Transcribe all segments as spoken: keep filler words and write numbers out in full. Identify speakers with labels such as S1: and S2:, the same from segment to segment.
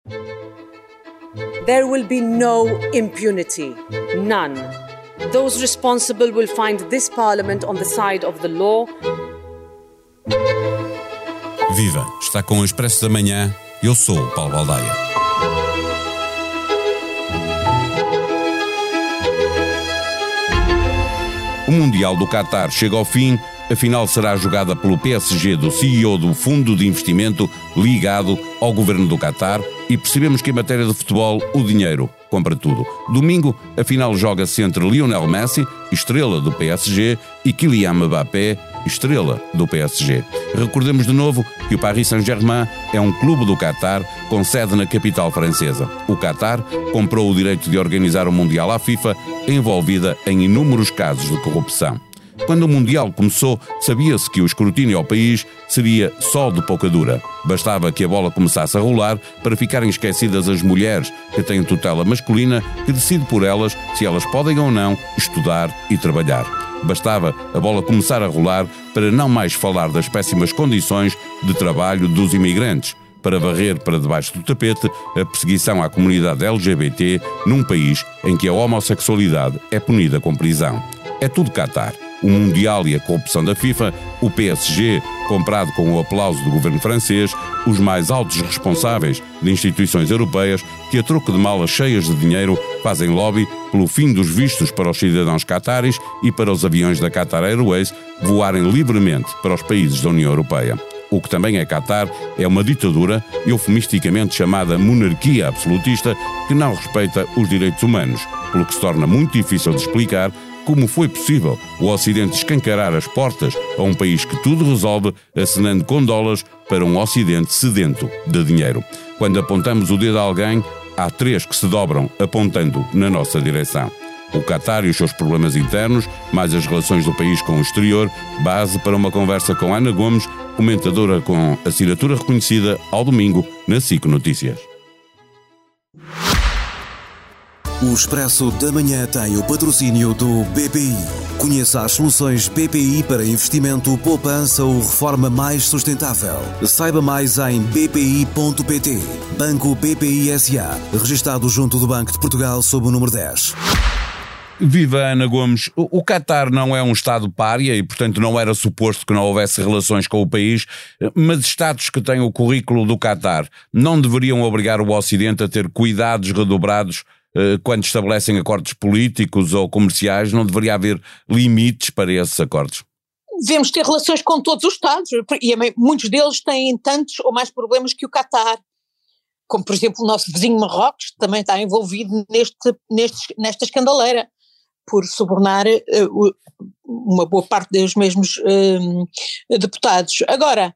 S1: There will be no impunity, none. Those responsible will find this Parliament on the side of the law.
S2: Viva! Está com o Expresso da Manhã. Eu sou o Paulo Baldaia. O Mundial do Qatar chega ao fim. A final será jogada pelo P S G do C E O do Fundo de Investimento ligado ao governo do Qatar e percebemos que em matéria de futebol o dinheiro compra tudo. Domingo, a final joga-se entre Lionel Messi, estrela do P S G, e Kylian Mbappé, estrela do P S G. Recordemos de novo que o Paris Saint-Germain é um clube do Qatar com sede na capital francesa. O Qatar comprou o direito de organizar o Mundial à FIFA, envolvida em inúmeros casos de corrupção. Quando o Mundial começou, sabia-se que o escrutínio ao país seria só de pouca dura. Bastava que a bola começasse a rolar para ficarem esquecidas as mulheres que têm tutela masculina, que decide por elas se elas podem ou não estudar e trabalhar. Bastava a bola começar a rolar para não mais falar das péssimas condições de trabalho dos imigrantes, para varrer para debaixo do tapete a perseguição à comunidade L G B T num país em que a homossexualidade é punida com prisão. É tudo Qatar. O Mundial e a corrupção da FIFA, o P S G, comprado com o aplauso do governo francês, os mais altos responsáveis de instituições europeias que, a troco de malas cheias de dinheiro, fazem lobby pelo fim dos vistos para os cidadãos cataris e para os aviões da Qatar Airways voarem livremente para os países da União Europeia. O que também é Qatar é uma ditadura, eufemisticamente chamada monarquia absolutista, que não respeita os direitos humanos, pelo que se torna muito difícil de explicar como foi possível o Ocidente escancarar as portas a um país que tudo resolve acenando com dólares para um Ocidente sedento de dinheiro. Quando apontamos o dedo a alguém, há três que se dobram apontando na nossa direção. O Qatar e os seus problemas internos, mais as relações do país com o exterior, base para uma conversa com Ana Gomes, comentadora com assinatura reconhecida, ao domingo, na S I C Notícias.
S3: O Expresso da Manhã tem o patrocínio do B P I. Conheça as soluções B P I para investimento, poupança ou reforma mais sustentável. Saiba mais em b p i ponto p t. Banco B P I S A. Registado junto do Banco de Portugal sob o número dez.
S2: Viva Ana Gomes. O Qatar não é um Estado pária e, portanto, não era suposto que não houvesse relações com o país, mas Estados que têm o currículo do Qatar não deveriam obrigar o Ocidente a ter cuidados redobrados quando estabelecem acordos políticos ou comerciais? Não deveria haver limites para esses acordos?
S4: Devemos ter relações com todos os Estados, e muitos deles têm tantos ou mais problemas que o Qatar, como por exemplo o nosso vizinho Marrocos, que também está envolvido neste, neste, nesta escandaleira, por subornar uh, uma boa parte dos mesmos uh, deputados. Agora,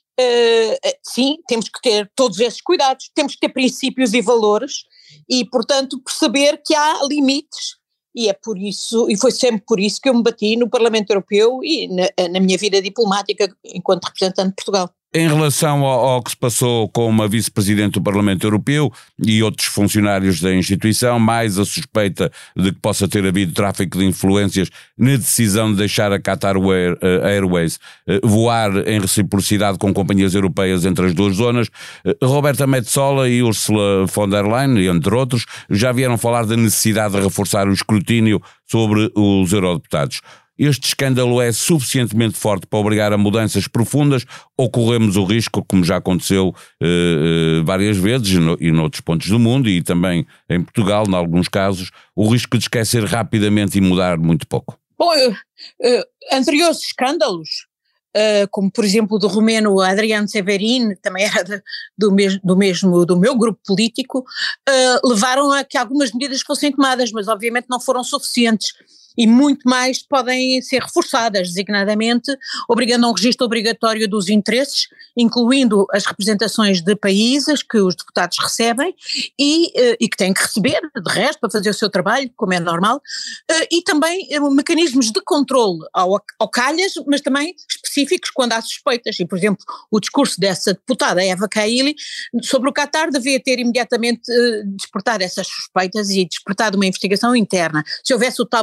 S4: uh, sim, temos que ter todos esses cuidados, temos que ter princípios e valores, e, portanto, perceber que há limites, e é por isso, e foi sempre por isso que eu me bati no Parlamento Europeu e na, na minha vida diplomática enquanto representante de Portugal.
S2: Em relação ao, ao que se passou com uma vice-presidente do Parlamento Europeu e outros funcionários da instituição, mais a suspeita de que possa ter havido tráfico de influências na decisão de deixar a Qatar Airways voar em reciprocidade com companhias europeias entre as duas zonas, Roberta Metsola e Ursula von der Leyen, entre outros, já vieram falar da necessidade de reforçar o escrutínio sobre os eurodeputados. Este escândalo é suficientemente forte para obrigar a mudanças profundas ou corremos o risco, como já aconteceu uh, uh, várias vezes no, e noutros pontos do mundo e também em Portugal, em alguns casos, o risco de esquecer rapidamente e mudar muito pouco?
S4: Bom, uh, uh, anteriores escândalos, uh, como por exemplo o do romeno Adrian Severin, também era de, do, mes, do mesmo, do meu grupo político, uh, levaram a que algumas medidas fossem tomadas, mas obviamente não foram suficientes. E muito mais podem ser reforçadas, designadamente obrigando a um registro obrigatório dos interesses, incluindo as representações de países que os deputados recebem e, e que têm que receber, de resto, para fazer o seu trabalho, como é normal, e também mecanismos de controle ao, ao calhas, mas também específicos quando há suspeitas. E, por exemplo, o discurso dessa deputada, Eva Kaili, sobre o Qatar devia ter imediatamente despertado essas suspeitas e despertado uma investigação interna, se houvesse o tal mecanismo.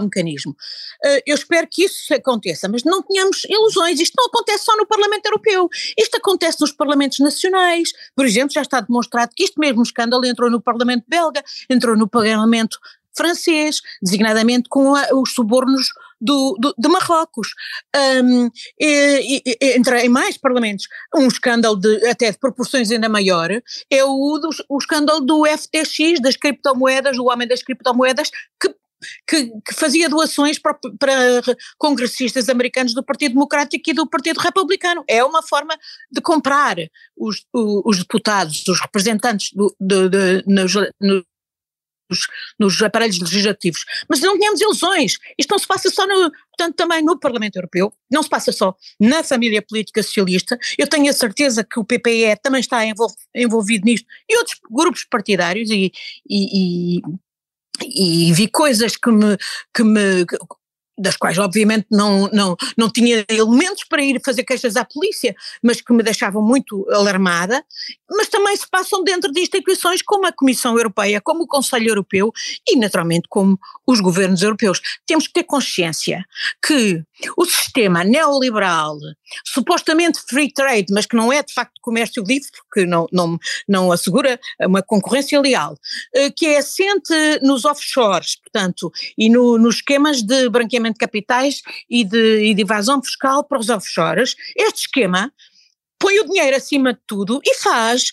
S4: populismo. Eu espero que isso aconteça, mas não tenhamos ilusões, isto não acontece só no Parlamento Europeu, isto acontece nos Parlamentos Nacionais, por exemplo, já está demonstrado que este mesmo escândalo entrou no Parlamento belga, entrou no Parlamento francês, designadamente com a, os subornos do, do, de Marrocos, um, e, e, entra em mais parlamentos. Um escândalo de, até de proporções ainda maior é o, do, o escândalo do F T X, das criptomoedas, do homem das criptomoedas, que Que, que fazia doações para, para congressistas americanos do Partido Democrático e do Partido Republicano. É uma forma de comprar os, os deputados, os representantes do, de, de, nos, nos, nos aparelhos legislativos. Mas não tenhamos ilusões, isto não se passa só no, portanto, também no Parlamento Europeu, não se passa só na família política socialista. Eu tenho a certeza que o P P E também está envolvido nisto e outros grupos partidários e, e, e e vi coisas que me, que me, das quais obviamente não, não, não tinha elementos para ir fazer queixas à polícia, mas que me deixavam muito alarmada, mas também se passam dentro de instituições como a Comissão Europeia, como o Conselho Europeu e naturalmente como os governos europeus. Temos que ter consciência que o sistema neoliberal, supostamente free trade, mas que não é de facto comércio livre, porque não, não, não assegura uma concorrência leal, que é assente nos offshores, portanto, e no, nos esquemas de branqueamento de capitais e de, e de evasão fiscal para os offshores. Este esquema põe o dinheiro acima de tudo e faz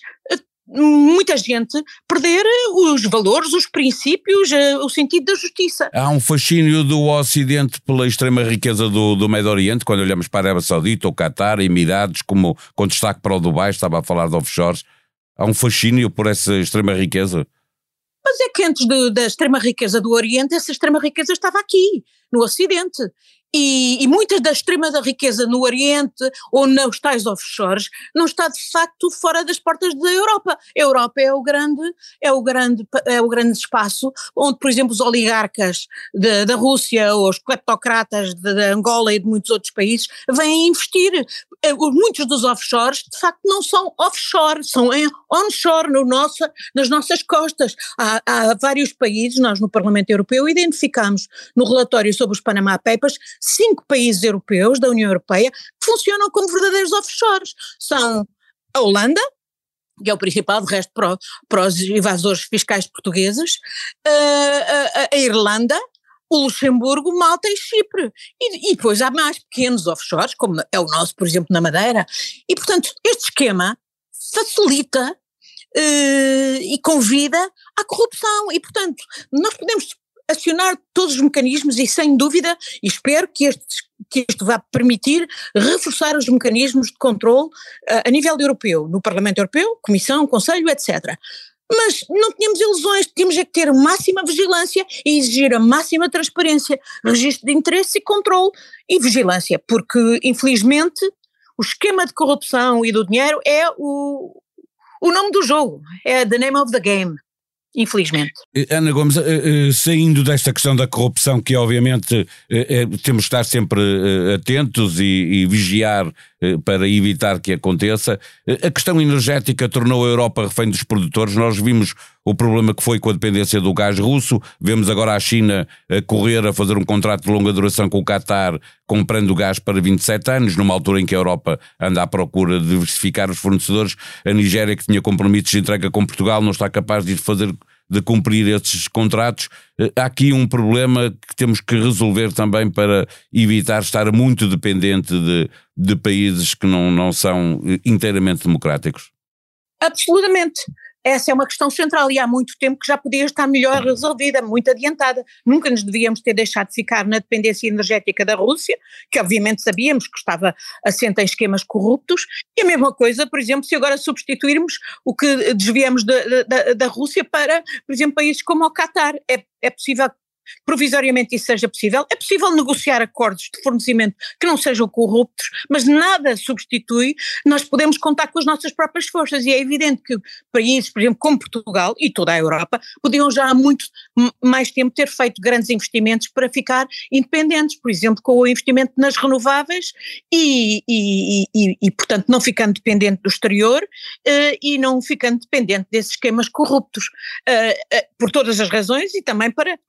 S4: muita gente perder os valores, os princípios, o sentido da justiça.
S2: Há um fascínio do Ocidente pela extrema riqueza do, do Médio Oriente, quando olhamos para a Arábia Saudita, o Qatar, Emirados, como, com destaque para o Dubai, estava a falar de offshores. Há um fascínio por essa extrema riqueza.
S4: Mas é que antes de, da extrema riqueza do Oriente, essa extrema riqueza estava aqui, no Ocidente. E, e muita da extrema da riqueza no Oriente ou nos tais offshores não está de facto fora das portas da Europa. A Europa é o grande, é o grande, é o grande espaço onde, por exemplo, os oligarcas de, da Rússia ou os cleptocratas de, de Angola e de muitos outros países vêm investir. Muitos dos offshores de facto não são offshore, são onshore no nosso, nas nossas costas. Há, há vários países, nós no Parlamento Europeu identificamos no relatório sobre os Panama Papers cinco países europeus da União Europeia que funcionam como verdadeiros offshores. São a Holanda, que é o principal, de resto, para, para os evasores fiscais portugueses, a, a, a Irlanda, o Luxemburgo, Malta e Chipre. E, e depois há mais pequenos offshores, como é o nosso, por exemplo, na Madeira. E, portanto, este esquema facilita uh, e convida à corrupção. E, portanto, nós podemos acionar todos os mecanismos e, sem dúvida, e espero que, estes, que isto vá permitir reforçar os mecanismos de controle uh, a nível europeu, no Parlamento Europeu, Comissão, Conselho, etcétera. Mas não tínhamos ilusões, tínhamos é que ter máxima vigilância e exigir a máxima transparência, registro de interesse e controle e vigilância, porque, infelizmente, o esquema de corrupção e do dinheiro é o, o nome do jogo, é the name of the game. Infelizmente.
S2: Ana Gomes, saindo desta questão da corrupção, que obviamente temos de estar sempre atentos e, e vigiar para evitar que aconteça, a questão energética tornou a Europa refém dos produtores. Nós vimos o problema que foi com a dependência do gás russo, vemos agora a China a correr a fazer um contrato de longa duração com o Qatar, comprando gás para vinte e sete anos, numa altura em que a Europa anda à procura de diversificar os fornecedores. A Nigéria, que tinha compromissos de entrega com Portugal, não está capaz de fazer, de cumprir esses contratos. Há aqui um problema que temos que resolver também para evitar estar muito dependente de, de países que não, não são inteiramente democráticos.
S4: Absolutamente. Essa é uma questão central e há muito tempo que já podia estar melhor resolvida, muito adiantada. Nunca nos devíamos ter deixado de ficar na dependência energética da Rússia, que obviamente sabíamos que estava assente em esquemas corruptos, e a mesma coisa, por exemplo, se agora substituirmos o que desviamos da, da, da Rússia para, por exemplo, países como o Qatar. É, é possível provisoriamente isso seja possível, é possível negociar acordos de fornecimento que não sejam corruptos, mas nada substitui, nós podemos contar com as nossas próprias forças e é evidente que países, por exemplo, como Portugal e toda a Europa, podiam já há muito mais tempo ter feito grandes investimentos para ficar independentes, por exemplo, com o investimento nas renováveis e, e, e, e portanto, não ficando dependente do exterior uh, e não ficando dependente desses esquemas corruptos, uh, uh, por todas as razões e também para, obviamente,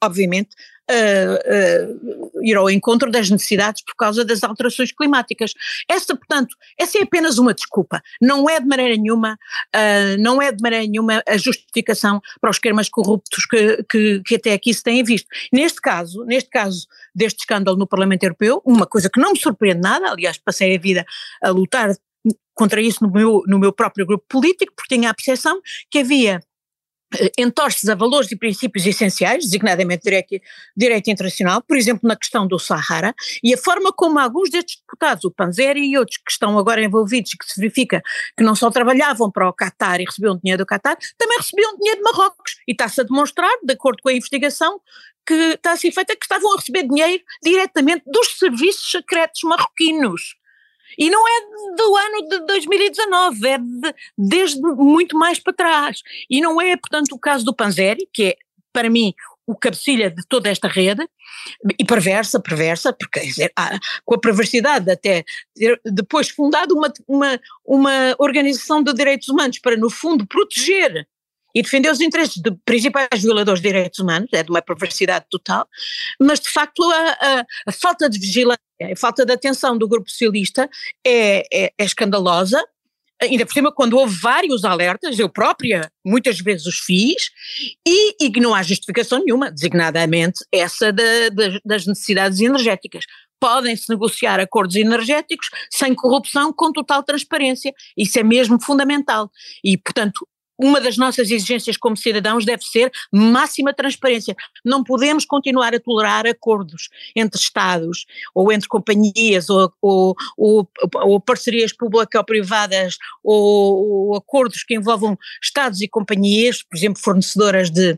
S4: uh, uh, ir ao encontro das necessidades por causa das alterações climáticas. Essa, portanto, essa é apenas uma desculpa, não é de maneira nenhuma, uh, não é de maneira nenhuma a justificação para os esquemas corruptos que, que, que até aqui se têm visto. Neste caso, neste caso deste escândalo no Parlamento Europeu, uma coisa que não me surpreende nada, aliás passei a vida a lutar contra isso no meu, no meu próprio grupo político, porque tinha a percepção que havia entorces a valores e princípios essenciais, designadamente direito, direito internacional, por exemplo na questão do Sahara, e a forma como alguns destes deputados, o Panzeri e outros que estão agora envolvidos, que se verifica que não só trabalhavam para o Qatar e recebiam dinheiro do Qatar, também recebiam dinheiro de Marrocos, e está-se a demonstrar, de acordo com a investigação, que está a ser feita, que estavam a receber dinheiro diretamente dos serviços secretos marroquinos. E não é do ano de dois mil e dezanove, é de, desde muito mais para trás. E não é, portanto, o caso do Panzeri, que é, para mim, o cabecilha de toda esta rede, e perversa, perversa, porque quer dizer, há, com a perversidade de até ter depois fundado uma, uma, uma organização de direitos humanos para, no fundo, proteger e defender os interesses de principais violadores de direitos humanos, é de uma perversidade total, mas de facto a, a, a falta de vigilância, a falta de atenção do grupo socialista é, é, é escandalosa, ainda por cima quando houve vários alertas, eu própria muitas vezes os fiz, e, e que não há justificação nenhuma, designadamente essa de, de, das necessidades energéticas. Podem-se negociar acordos energéticos sem corrupção, com total transparência, isso é mesmo fundamental, e portanto uma das nossas exigências como cidadãos deve ser máxima transparência. Não podemos continuar a tolerar acordos entre Estados, ou entre companhias, ou, ou, ou, ou parcerias público-privadas, ou, ou acordos que envolvam Estados e companhias, por exemplo, fornecedoras de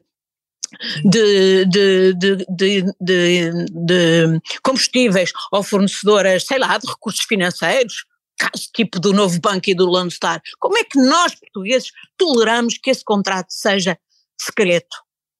S4: De, de, de, de, de, de combustíveis, ou fornecedoras, sei lá, de recursos financeiros, caso tipo do Novo Banco e do Lone Star. Como é que nós, portugueses, toleramos que esse contrato seja secreto?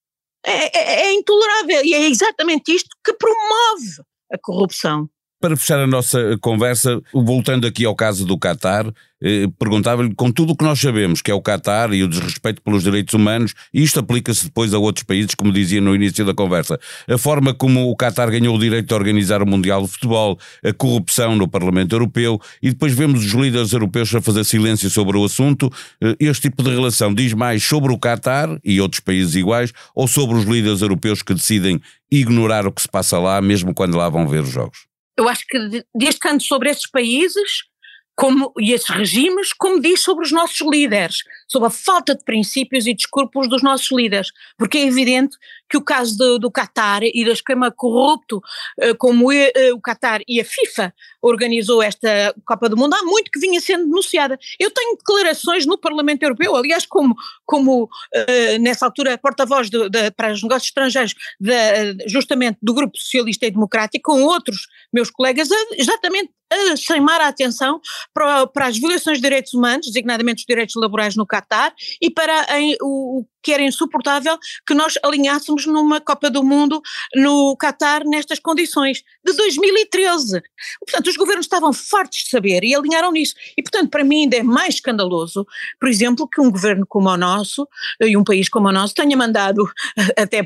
S4: É, é, é intolerável, e é exatamente isto que promove a corrupção.
S2: Para fechar a nossa conversa, voltando aqui ao caso do Qatar, eh, perguntava-lhe, com tudo o que nós sabemos, que é o Qatar e o desrespeito pelos direitos humanos, e isto aplica-se depois a outros países, como dizia no início da conversa, a forma como o Qatar ganhou o direito de organizar o Mundial de Futebol, a corrupção no Parlamento Europeu, e depois vemos os líderes europeus a fazer silêncio sobre o assunto. Eh, este tipo de relação diz mais sobre o Qatar e outros países iguais, ou sobre os líderes europeus que decidem ignorar o que se passa lá, mesmo quando lá vão ver os jogos?
S4: Eu acho que diz tanto sobre esses países como, e esses regimes, como diz sobre os nossos líderes, sobre a falta de princípios e de escrúpulos dos nossos líderes, porque é evidente que o caso do, do Qatar e do esquema corrupto, como o Qatar e a FIFA organizou esta Copa do Mundo, há muito que vinha sendo denunciada. Eu tenho declarações no Parlamento Europeu, aliás, como, como uh, nessa altura porta-voz de, de, para os negócios estrangeiros, de, justamente do Grupo Socialista e Democrático, com outros meus colegas, exatamente a chamar a atenção para, para as violações de direitos humanos, designadamente os direitos laborais no Qatar, e para em, o, o que era insuportável que nós alinhássemos numa Copa do Mundo no Qatar nestas condições, de dois mil e treze. Portanto, os governos estavam fartos de saber e alinharam nisso. E, portanto, para mim ainda é mais escandaloso, por exemplo, que um governo como o nosso, e um país como o nosso, tenha mandado até,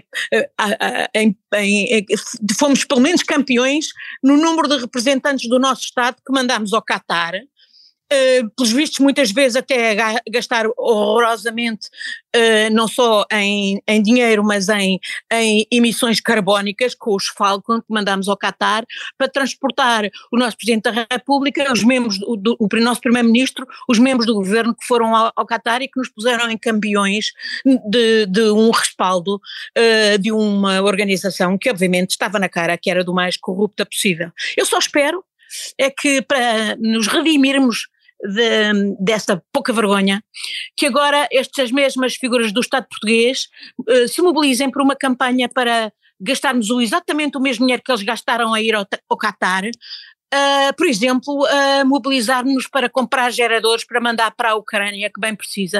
S4: em, em, fomos pelo menos campeões no número de representantes do nosso Estado que mandámos ao Qatar, Uh, pelos vistos muitas vezes até a gastar horrorosamente, uh, não só em, em dinheiro, mas em, em emissões carbónicas, com os Falcon que mandámos ao Qatar, para transportar o nosso Presidente da República, os membros do, do o nosso Primeiro-Ministro, os membros do Governo que foram ao, ao Qatar e que nos puseram em campeões de, de um respaldo uh, de uma organização que obviamente estava na cara que era do mais corrupta possível. Eu só espero é que, para nos redimirmos De, dessa pouca vergonha, que agora estas mesmas figuras do Estado português uh, se mobilizem por uma campanha para gastarmos o, exatamente o mesmo dinheiro que eles gastaram a ir ao, ao Qatar, uh, por exemplo, uh, mobilizar-nos para comprar geradores para mandar para a Ucrânia, que bem precisa,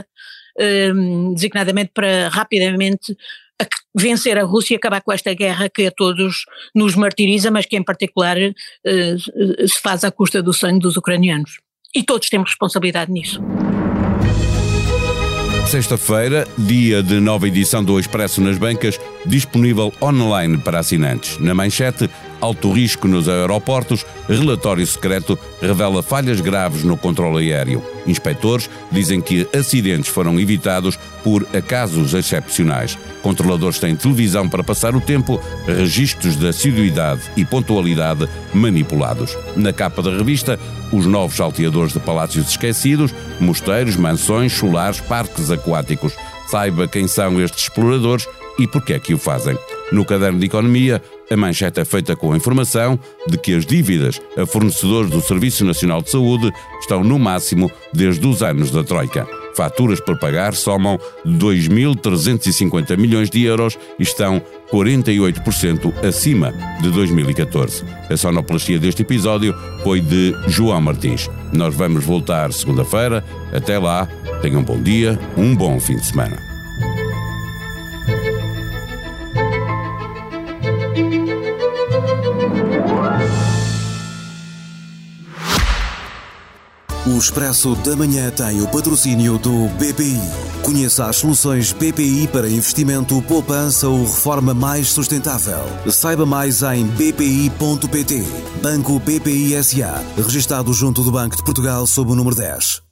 S4: uh, designadamente para rapidamente a vencer a Rússia e acabar com esta guerra que a todos nos martiriza, mas que em particular uh, se faz à custa do sangue dos ucranianos. E todos temos responsabilidade nisso.
S2: Sexta-feira, dia de nova edição do Expresso nas Bancas, disponível online para assinantes. Na manchete, alto risco nos aeroportos, relatório secreto revela falhas graves no controle aéreo. Inspectores dizem que acidentes foram evitados por acasos excepcionais. Controladores têm televisão para passar o tempo, registros de assiduidade e pontualidade manipulados. Na capa da revista, os novos salteadores de palácios esquecidos, mosteiros, mansões, solares, parques aquáticos. Saiba quem são estes exploradores e porquê é que o fazem. No caderno de economia, a manchete é feita com a informação de que as dívidas a fornecedores do Serviço Nacional de Saúde estão no máximo desde os anos da Troika. Faturas por pagar somam dois mil trezentos e cinquenta milhões de euros e estão quarenta e oito por cento acima de dois mil e catorze. A sonoplastia deste episódio foi de João Martins. Nós vamos voltar segunda-feira. Até lá, tenham um bom dia, um bom fim de semana.
S3: O Expresso da Manhã tem o patrocínio do B P I. Conheça as soluções B P I para investimento, poupança ou reforma mais sustentável. Saiba mais em b p i ponto p t. Banco B P I S A. Registado junto do Banco de Portugal sob o número dez.